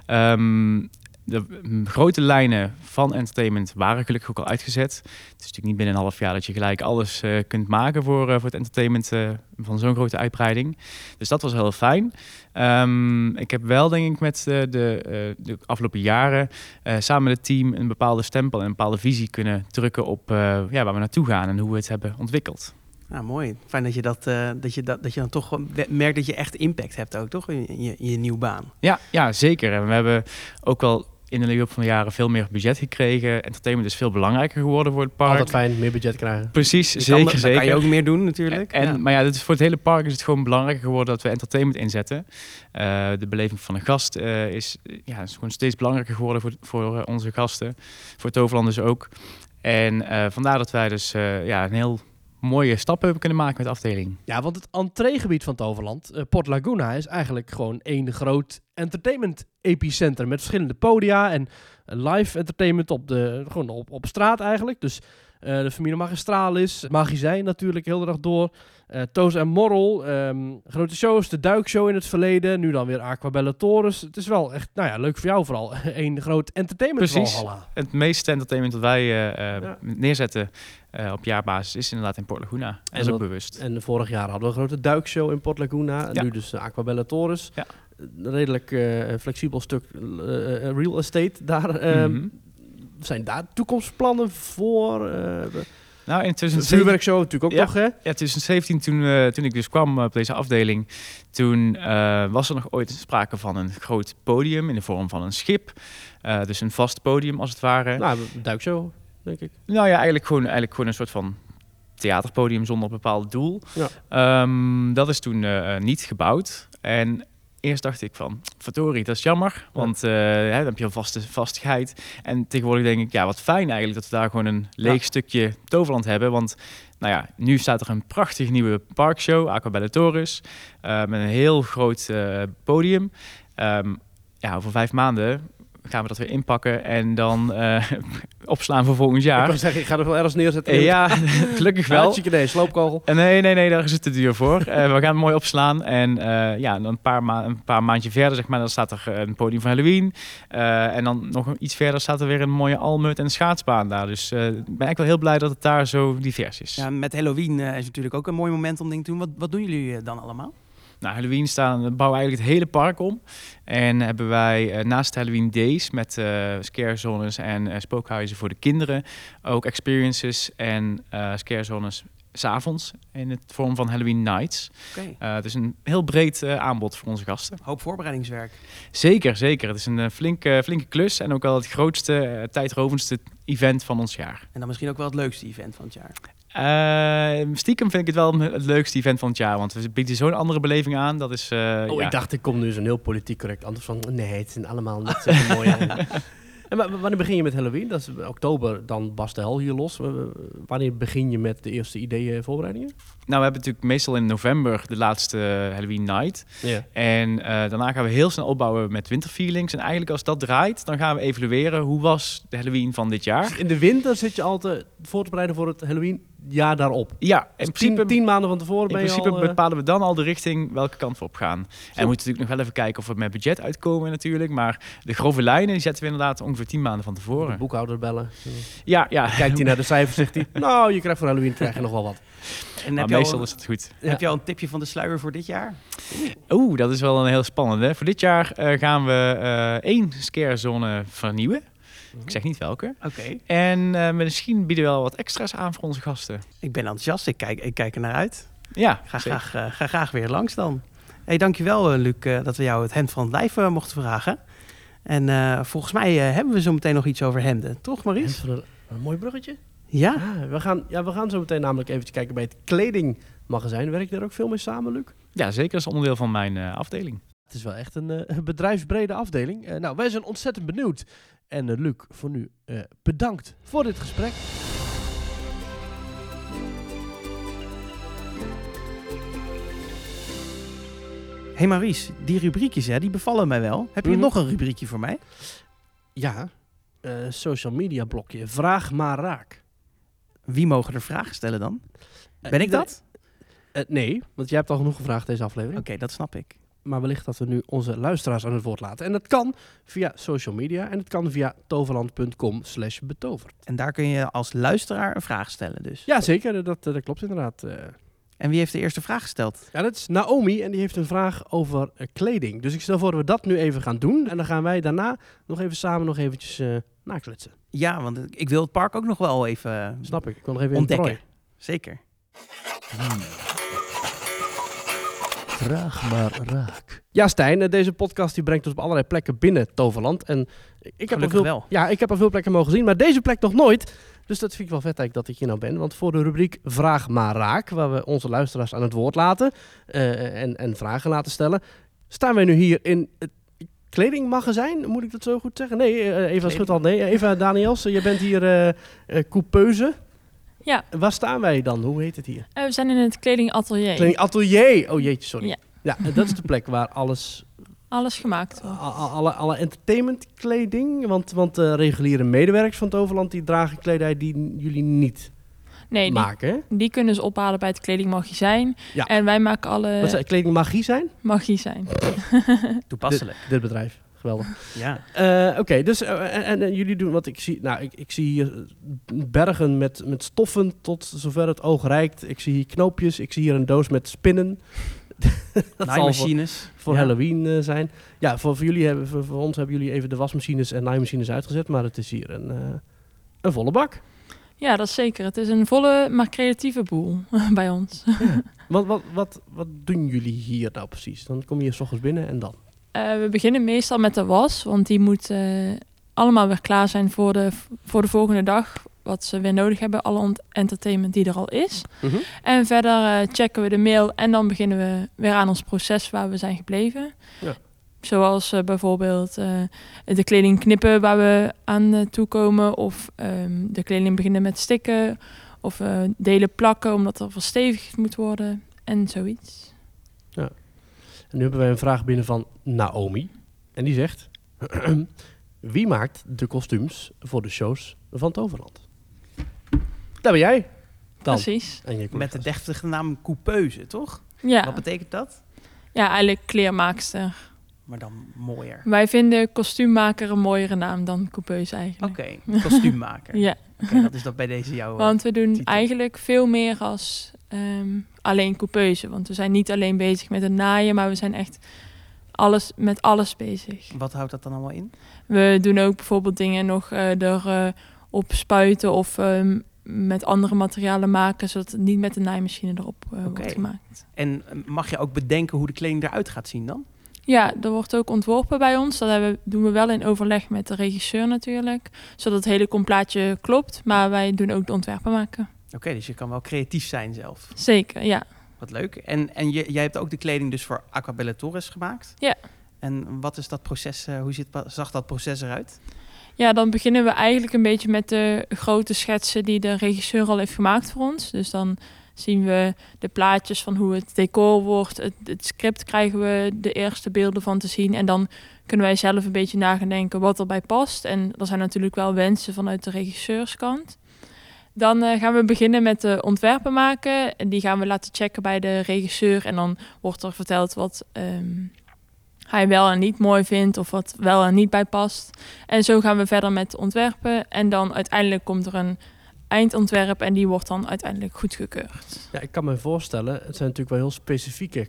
Um, De grote lijnen van entertainment waren gelukkig ook al uitgezet. Het is natuurlijk niet binnen een half jaar dat je gelijk alles uh, kunt maken voor, uh, voor het entertainment uh, van zo'n grote uitbreiding. Dus dat was heel fijn. Um, ik heb wel, denk ik, met uh, de, uh, de afgelopen jaren uh, samen met het team een bepaalde stempel en een bepaalde visie kunnen drukken op uh, ja, waar we naartoe gaan en hoe we het hebben ontwikkeld. Ja, mooi. Fijn dat je, dat, uh, dat, je dat, dat je dan toch merkt dat je echt impact hebt ook, toch? In je, in je nieuwe baan. Ja, ja, zeker. En we hebben ook wel in de loop van de jaren veel meer budget gekregen. Entertainment is veel belangrijker geworden voor het park. Altijd fijn, meer budget krijgen. Precies, Je zeker, kan, dan zeker. kan je ook meer doen natuurlijk. En, Ja. Maar ja, dit is voor het hele park is het gewoon belangrijker geworden dat we entertainment inzetten. Uh, de beleving van een gast uh, is, ja, is gewoon steeds belangrijker geworden voor, voor uh, onze gasten. Voor Toverlanders ook. En uh, vandaar dat wij dus uh, ja, een heel mooie stappen hebben kunnen maken met de afdeling. Ja, want het entreegebied van Toverland, uh, Port Laguna, is eigenlijk gewoon één groot entertainment epicentrum met verschillende podia en uh, live entertainment op, de, gewoon op, op straat eigenlijk. Dus uh, de familie Magistralis, Magazijn natuurlijk heel de dag door. Uh, Toos en Morrel, um, grote shows, de Duikshow in het verleden, nu dan weer Aquabella-Torres. Het is wel echt, nou ja, leuk voor jou vooral, één groot entertainment. Precies. Valhalla. Het meeste entertainment dat wij uh, uh, Ja. neerzetten uh, op jaarbasis is inderdaad in Port Laguna. En dat is ook dat- bewust. En vorig jaar hadden we een grote duikshow in Port Laguna. Ja. Nu dus de Aquabella-Torres. Ja. Een redelijk uh, flexibel stuk uh, real estate daar. Um, Mhm. Zijn daar toekomstplannen voor? Uh, Nou, in de twintig vuurwerkshow natuurlijk ook Ja. nog, hè? Ja, twintig zeventien, toen, uh, toen ik dus kwam op deze afdeling, toen uh, was er nog ooit sprake van een groot podium in de vorm van een schip. Uh, dus een vast podium als het ware. Nou, Nou, een duikshow, denk ik. ja, eigenlijk gewoon, eigenlijk gewoon een soort van theaterpodium zonder bepaald doel. Ja. Um, dat is toen uh, niet gebouwd. En eerst dacht ik van, verdorie, dat is jammer. Want uh, hè, dan heb je een vaste vastigheid. En tegenwoordig denk ik, ja, wat fijn eigenlijk dat we daar gewoon een leeg Ja. stukje Toverland hebben. Want nou ja, nu staat er een prachtig nieuwe parkshow, Aquabella-Torres, uh, met een heel groot uh, podium. Um, ja, over vijf maanden gaan we dat weer inpakken en dan uh, opslaan voor volgend Ik jaar. wou zeggen, ik ga er wel ergens neerzetten. Uh, ja, gelukkig wel. Hartstikke nee, sloopkogel. Uh, Nee, nee, nee, daar is het te duur voor. Uh, we gaan het mooi opslaan. En uh, ja, dan een paar, ma- een paar maandje verder, zeg maar, dan staat er uh, een podium van Halloween. Uh, en dan nog iets verder staat er weer een mooie almut en schaatsbaan daar. Dus uh, ik ben eigenlijk wel heel blij dat het daar zo divers is. Ja, met Halloween uh, is natuurlijk ook een mooi moment om dingen te doen. Wat, wat doen jullie uh, dan allemaal? Nou, Halloween staan, we bouwen eigenlijk het hele park om. En hebben wij uh, naast Halloween Days met uh, scarezones en uh, spookhuizen voor de kinderen ook experiences en uh, scarezones 's avonds in het vorm van Halloween Nights. Oké. Uh, het is een heel breed uh, aanbod voor onze gasten. Hoop voorbereidingswerk. Zeker, zeker. Het is een uh, flinke, flinke klus en ook wel het grootste, uh, tijdrovendste event van ons jaar. En dan misschien ook wel het leukste event van het jaar. Uh, stiekem vind ik het wel het leukste event van het jaar, want we bieden zo'n andere beleving aan. Dat is, uh, Oh, ja. ik dacht, ik kom nu zo'n heel politiek correct anders van. Nee, het zijn allemaal net zo mooi. En wa- wanneer begin je met Halloween? Dat is oktober, dan barst de hel hier los. W- w- Wanneer begin je met de eerste ideeën en voorbereidingen? Nou, we hebben natuurlijk meestal in november de laatste Halloween Night. Ja. En uh, daarna gaan we heel snel opbouwen met winterfeelings. En eigenlijk als dat draait, dan gaan we evalueren hoe was de Halloween van dit jaar. In de winter zit je altijd voor te bereiden voor het Halloween jaar daarop. Ja, in Dus principe, tien, tien maanden van tevoren in ben je principe al... eh, bepalen we dan al de richting welke kant we op gaan. En we moeten natuurlijk nog wel even kijken of we met budget uitkomen natuurlijk. Maar de grove lijnen die zetten we inderdaad ongeveer tien maanden van de tevoren. boekhouder bellen. Ja, ja. Kijkt hij naar de cijfers, zegt hij... Nou, je krijgt voor Halloween krijg je nog wel wat. En Maar heb je, al, meestal is het goed. heb je al een tipje van de sluier voor dit jaar? Oeh, dat is wel een heel spannende. Voor dit jaar uh, gaan we uh, één scarezone vernieuwen. Ik zeg niet welke. Oké. En uh, misschien bieden we wel wat extra's aan voor onze gasten. Ik ben enthousiast. Ik kijk, ik kijk er naar uit. Ja, Ga zeker. graag, uh, ga graag weer langs dan. Hey, dankjewel uh, Luc uh, dat we jou het hemd van het lijf uh, mochten vragen. En uh, volgens mij uh, hebben we zo meteen nog iets over hemden. Toch Maurice? Een, een mooi bruggetje. Ja? Ah, we, gaan, ja, we gaan zo meteen namelijk even kijken bij het kledingmagazijn. Werk je daar ook veel mee samen, Luc? Ja, zeker. Dat is onderdeel van mijn uh, afdeling. Het is wel echt een uh, bedrijfsbrede afdeling. Uh, nou, wij zijn ontzettend benieuwd. En uh, Luc, voor nu uh, bedankt voor dit gesprek. Hey Maurice, die rubriekjes hè, die bevallen mij wel. Heb je Mhm. nog een rubriekje voor mij? Ja, uh, social media blokje. Vraag maar raak. Wie mogen er vragen stellen dan? Uh, Ben ik de- dat? Uh, nee, want jij hebt al genoeg gevraagd deze Oké, aflevering. dat snap ik. Maar wellicht dat we nu onze luisteraars aan het woord laten. En dat kan via social media. En het kan via toverland.com slash betoverd. En daar kun je als luisteraar een vraag stellen dus. Ja, zeker. Dat, dat klopt inderdaad. Uh, En wie heeft de eerste vraag gesteld? Ja, dat is Naomi en die heeft een vraag over uh, kleding. Dus ik stel voor dat we dat nu even gaan doen. En dan gaan wij daarna nog even samen nog eventjes uh, nakletsen. Ja, want ik wil het park ook nog wel even uh, Snap ik. Ik wil nog even in ontdekken. prooi. Zeker. Vraag maar raak. Ja, Stijn, eh, deze podcast die brengt ons op allerlei plekken binnen Toverland. En ik heb, er Gelukkig veel, wel. ja, ik heb er veel plekken mogen zien, maar deze plek nog nooit. Dus dat vind ik wel vet eigenlijk dat ik hier nou ben. Want voor de rubriek Vraag maar Raak, waar we onze luisteraars aan het woord laten uh, en, en vragen laten stellen, staan wij nu hier in het kledingmagazijn. Moet ik dat zo goed zeggen? Nee, uh, Eva schudt al nee. Eva Daniels, je bent hier uh, uh, coupeuse. Ja. Waar staan wij dan? Hoe heet het hier? Uh, we zijn in het kledingatelier. Kledingatelier. Oh jeetje, sorry. Ja. Ja, dat is de plek waar alles... Alles gemaakt wordt. Alle, alle entertainmentkleding, want, want uh, reguliere medewerkers van Toverland die dragen kledij die jullie niet nee, maken. Die, die kunnen ze ophalen bij het kledingmagazijn. Ja. En wij maken alle... Wat zou kledingmagie zijn? Magie zijn. Toepasselijk. Dit, dit bedrijf. Geweldig. Ja. Uh, Oké, okay, dus uh, en, en, en jullie doen wat ik zie. Nou, ik, ik zie hier bergen met, met stoffen tot zover het oog reikt. Ik zie hier knoopjes. Ik zie hier een doos met spinnen. Dat naaimachines. Voor, voor ja. Halloween uh, zijn. Ja, voor, voor, jullie hebben, voor, voor ons hebben jullie even de wasmachines en naaimachines uitgezet. Maar het is hier een, uh, een volle bak. Ja, dat is zeker. Het is een volle, maar creatieve boel bij ons. Ja. Wat, wat, wat, wat doen jullie hier nou precies? Dan kom je hier 's ochtends binnen en dan? Uh, we beginnen meestal met de was. Want die moet uh, allemaal weer klaar zijn voor de, voor de volgende dag. Wat ze weer nodig hebben. Alle entertainment die er al is. Mm-hmm. En verder uh, checken we de mail. En dan beginnen we weer aan ons proces waar we zijn gebleven. Ja. Zoals uh, bijvoorbeeld uh, de kleding knippen waar we aan uh, toekomen. Of um, de kleding beginnen met stikken. Of uh, delen plakken omdat er verstevigd moet worden. En zoiets. Ja. En nu hebben wij een vraag binnen van Naomi. En die zegt... Wie maakt de kostuums voor de shows van Toverland? Daar ben jij. Dan. Precies. En je Met de deftige naam coupeuse, toch? Ja. Wat betekent dat? Ja, eigenlijk kleermaakster. Maar dan mooier. Wij vinden kostuummaker een mooiere naam dan coupeuse eigenlijk. Oké, okay, kostuummaker. Ja. Oké, okay, dat is dat bij deze jouw... Want we doen titel. eigenlijk veel meer als um, alleen coupeuse. Want we zijn niet alleen bezig met het naaien, maar we zijn echt alles, met alles bezig. Wat houdt dat dan allemaal in? We doen ook bijvoorbeeld dingen nog uh, er uh, op spuiten of um, met andere materialen maken, zodat het niet met de naaimachine erop uh, okay. wordt gemaakt. En mag je ook bedenken hoe de kleding eruit gaat zien dan? Ja, er wordt ook ontworpen bij ons. Dat hebben, doen we wel in overleg met de regisseur natuurlijk. Zodat het hele complaatje klopt. Maar wij doen ook de ontwerpen maken. Oké, okay, dus je kan wel creatief zijn zelf. Zeker, ja. Wat leuk. En, en je, jij hebt ook de kleding dus voor Aqua Bellatores gemaakt? Ja. En wat is dat proces, uh, hoe ziet, zag dat proces eruit? Ja, dan beginnen we eigenlijk een beetje met de grote schetsen die de regisseur al heeft gemaakt voor ons. Dus dan zien we de plaatjes van hoe het decor wordt. Het, het script krijgen we de eerste beelden van te zien. En dan kunnen wij zelf een beetje na gaan denken wat erbij past. En er zijn natuurlijk wel wensen vanuit de regisseurskant. Dan uh, gaan we beginnen met de ontwerpen maken. En die gaan we laten checken bij de regisseur. En dan wordt er verteld wat um, hij wel en niet mooi vindt. Of wat wel en niet bij past. En zo gaan we verder met ontwerpen. En dan uiteindelijk komt er een eindontwerp en die wordt dan uiteindelijk goedgekeurd. Ja, ik kan me voorstellen, het zijn natuurlijk wel heel specifieke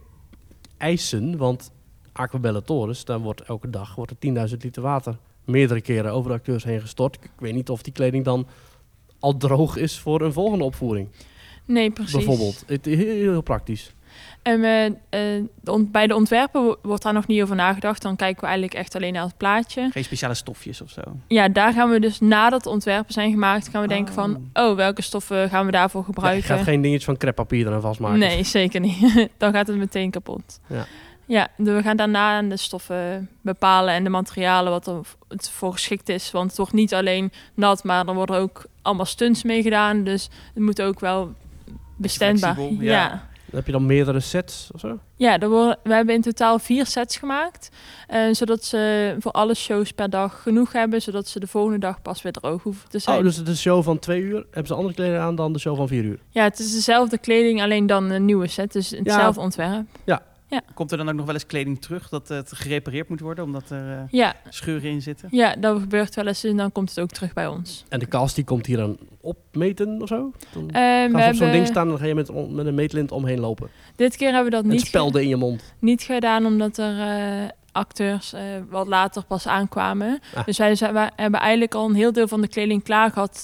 eisen, want Aqua Bellatores, daar wordt elke dag wordt er tienduizend liter water meerdere keren over de acteurs heen gestort. Ik weet niet of die kleding dan al droog is voor een volgende opvoering. Nee, precies. Bijvoorbeeld. Het is heel, heel praktisch. En uh, uh, de ont- bij de ontwerpen wordt daar nog niet over nagedacht. Dan kijken we eigenlijk echt alleen naar het plaatje. Geen speciale stofjes of zo? Ja, daar gaan we dus nadat de ontwerpen zijn gemaakt, gaan we oh. denken van, oh, welke stoffen gaan we daarvoor gebruiken? Ja, je gaat geen dingetje van creppapier eraan vastmaken. Nee, zeker niet. Dan gaat het meteen kapot. Ja. Ja, we gaan daarna de stoffen bepalen en de materialen wat er het voor geschikt is. Want het wordt niet alleen nat, maar er worden ook allemaal stunts mee gedaan. Dus het moet ook wel bestenbaar. Flexibel, ja. ja. Heb je dan meerdere sets of zo? Ja, er worden, we hebben in totaal vier sets gemaakt. Uh, zodat ze voor alle shows per dag genoeg hebben. Zodat ze de volgende dag pas weer droog hoeven te zijn. Oh, dus het is een show van twee uur. Hebben ze andere kleding aan dan de show van vier uur? Ja, het is dezelfde kleding, alleen dan een nieuwe set. Dus hetzelfde ja. ontwerp. Ja. Ja. Komt er dan ook nog wel eens kleding terug dat het gerepareerd moet worden, omdat er uh, ja. scheuren in zitten? Ja, dat gebeurt wel eens en dan komt het ook terug bij ons. En de cast die komt hier dan opmeten of zo? Dan uh, gaan ze we op zo'n ding staan en dan ga je met, met een meetlint omheen lopen. Dit keer hebben we dat en niet, spelden in je mond. niet gedaan, omdat er uh, acteurs uh, wat later pas aankwamen. Ah. Dus wij, wij hebben eigenlijk al een heel deel van de kleding klaar gehad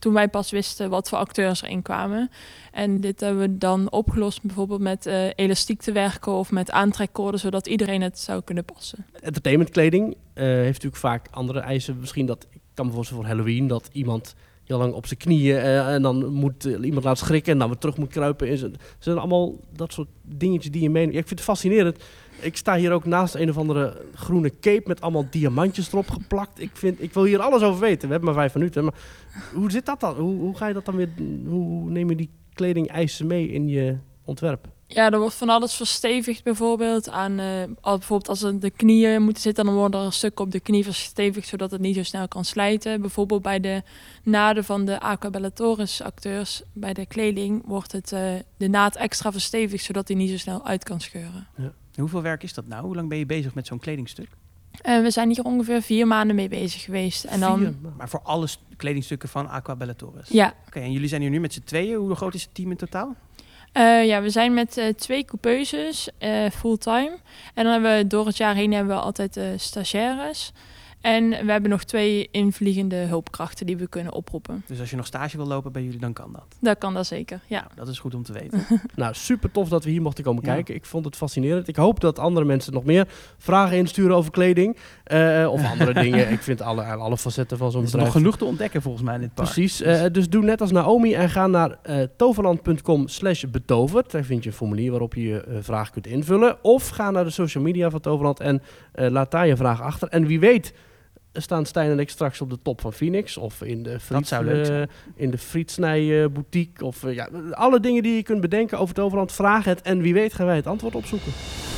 toen wij pas wisten wat voor acteurs erin kwamen. En dit hebben we dan opgelost bijvoorbeeld met uh, elastiek te werken of met aantrekkoorden, zodat iedereen het zou kunnen passen. Entertainmentkleding uh, heeft natuurlijk vaak andere eisen. Misschien dat, ik kan me voorstellen voor Halloween, dat iemand heel lang op zijn knieën uh, en dan moet uh, iemand laten schrikken en dan weer terug moet kruipen. Het zijn allemaal dat soort dingetjes die je meeneemt. Ja, ik vind het fascinerend. Ik sta hier ook naast een of andere groene cape met allemaal diamantjes erop geplakt. Ik, vind, ik wil hier alles over weten. We hebben maar vijf minuten. Maar hoe zit dat dan? Hoe, hoe ga je dat dan weer? Hoe neem je die kledingeisen mee in je ontwerp? Ja, er wordt van alles verstevigd bijvoorbeeld. Aan, uh, al, bijvoorbeeld als er de knieën moeten zitten, dan worden er stukken op de knie verstevigd, zodat het niet zo snel kan slijten. Bijvoorbeeld bij de naden van de Aqua Bellatoris acteurs, bij de kleding, wordt het, uh, de naad extra verstevigd, zodat die niet zo snel uit kan scheuren. Ja. Hoeveel werk is dat nou? Hoe lang ben je bezig met zo'n kledingstuk? Uh, we zijn hier ongeveer vier maanden mee bezig geweest. En dan... Vier, maar voor alle st- kledingstukken van Aqua Bellatoris? Ja. Oké, okay, en jullie zijn hier nu met z'n tweeën. Hoe groot is het team in totaal? Uh, ja, we zijn met uh, twee coupeuses, uh, fulltime. En dan hebben we door het jaar heen hebben we altijd uh, stagiaires. En we hebben nog twee invliegende hulpkrachten die we kunnen oproepen. Dus als je nog stage wil lopen bij jullie, dan kan dat? Dat kan dat zeker, ja. Nou, dat is goed om te weten. Nou, super tof dat we hier mochten komen ja. kijken. Ik vond het fascinerend. Ik hoop dat andere mensen nog meer vragen insturen over kleding. Uh, of andere dingen. Ik vind alle, alle facetten van zo'n bedrijf. Er is nog genoeg te ontdekken volgens mij in dit park. Precies. Uh, dus doe net als Naomi en ga naar uh, toverland punt com slash betoverd. Daar vind je een formulier waarop je je uh, vraag kunt invullen. Of ga naar de social media van Toverland en uh, laat daar je vraag achter. En wie weet staan Stijn en ik straks op de top van Phoenix of in de friet, uh, in de frietsnij uh, boutique of uh, ja, alle dingen die je kunt bedenken over Toverland, vraag het en wie weet gaan wij het antwoord opzoeken.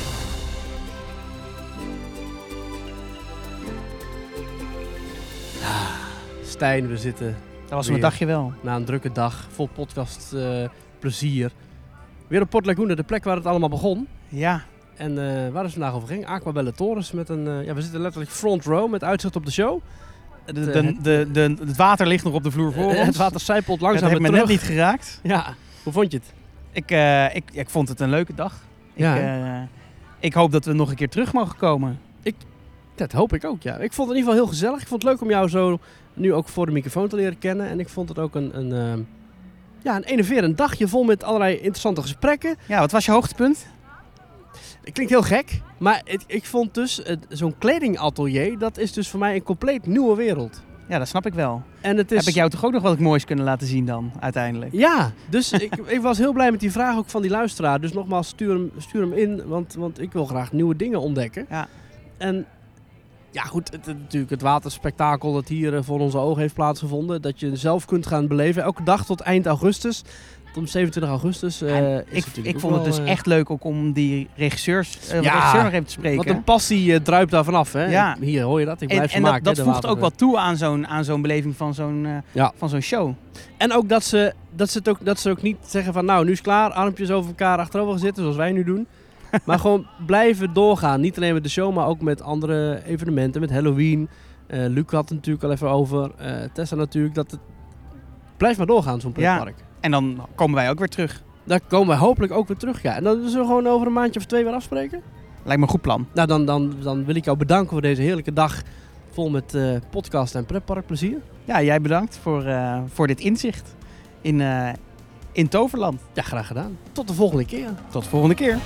Ah, Stijn, we zitten. Dat was mijn dagje wel. Na een drukke dag vol podcast uh, plezier. Weer op Port Laguna, de plek waar het allemaal begon. Ja. En uh, waar is het vandaag over ging? Aqua Bellatoris met een... Uh, ja, we zitten letterlijk front row met uitzicht op de show. De, de, de, de, de, het water ligt nog op de vloer voor uh, ons. Het water sijpelt langzaam weer terug. Het heeft me net niet geraakt. Ja, hoe vond je het? Ik, uh, ik, ik vond het een leuke dag. Ja, ik, uh, ik hoop dat we nog een keer terug mogen komen. Ik, dat hoop ik ook, ja. Ik vond het in ieder geval heel gezellig. Ik vond het leuk om jou zo nu ook voor de microfoon te leren kennen. En ik vond het ook een... een uh, ja, een enerverend dagje vol met allerlei interessante gesprekken. Ja, wat was je hoogtepunt? Het klinkt heel gek, maar het, ik vond dus uh, zo'n kledingatelier, dat is dus voor mij een compleet nieuwe wereld. Ja, dat snap ik wel. En het is... Heb ik jou toch ook nog wat moois kunnen laten zien dan, uiteindelijk? Ja, dus ik, ik was heel blij met die vraag ook van die luisteraar. Dus nogmaals, stuur hem, stuur hem in, want, want ik wil graag nieuwe dingen ontdekken. Ja. En ja goed, het, het, natuurlijk het waterspektakel dat hier uh, voor onze ogen heeft plaatsgevonden. Dat je zelf kunt gaan beleven, elke dag tot eind augustus. Tot zevenentwintig augustus. Uh, ik ik vond het dus uh, echt leuk ook om die regisseurs uh, ja, regisseur nog even te spreken. Want een passie uh, druipt daar vanaf. Hè? Ja. Hier hoor je dat, ik blijf en, ze en maken. dat, dat hè, voegt ook wat toe aan zo'n, aan zo'n beleving van zo'n, uh, ja. van zo'n show. En ook dat ze, dat, ze het ook dat ze ook niet zeggen van nou, nu is het klaar, armpjes over elkaar achterover gaan zitten zoals wij nu doen. Maar gewoon blijven doorgaan. Niet alleen met de show, maar ook met andere evenementen. Met Halloween. Uh, Luc had het natuurlijk al even over. Uh, Tessa natuurlijk. Dat het... Blijf maar doorgaan, zo'n pretpark. Ja. En dan komen wij ook weer terug. Dan komen wij hopelijk ook weer terug, ja. En dan zullen we gewoon over een maandje of twee weer afspreken. Lijkt me een goed plan. Nou, dan, dan, dan wil ik jou bedanken voor deze heerlijke dag. Vol met uh, podcast en pretparkplezier. Ja, jij bedankt voor, uh, voor dit inzicht in, uh, in Toverland. Ja, graag gedaan. Tot de volgende keer. Tot de volgende keer.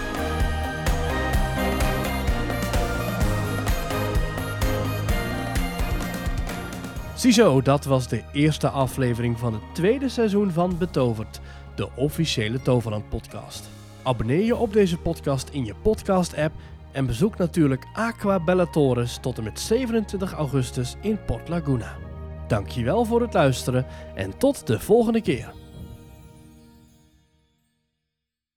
Ziezo, dat was de eerste aflevering van het tweede seizoen van Betoverd, de officiële Toverland podcast. Abonneer je op deze podcast in je podcast-app en bezoek natuurlijk Aqua Bellatoris tot en met zevenentwintig augustus in Port Laguna. Dankjewel voor het luisteren en tot de volgende keer.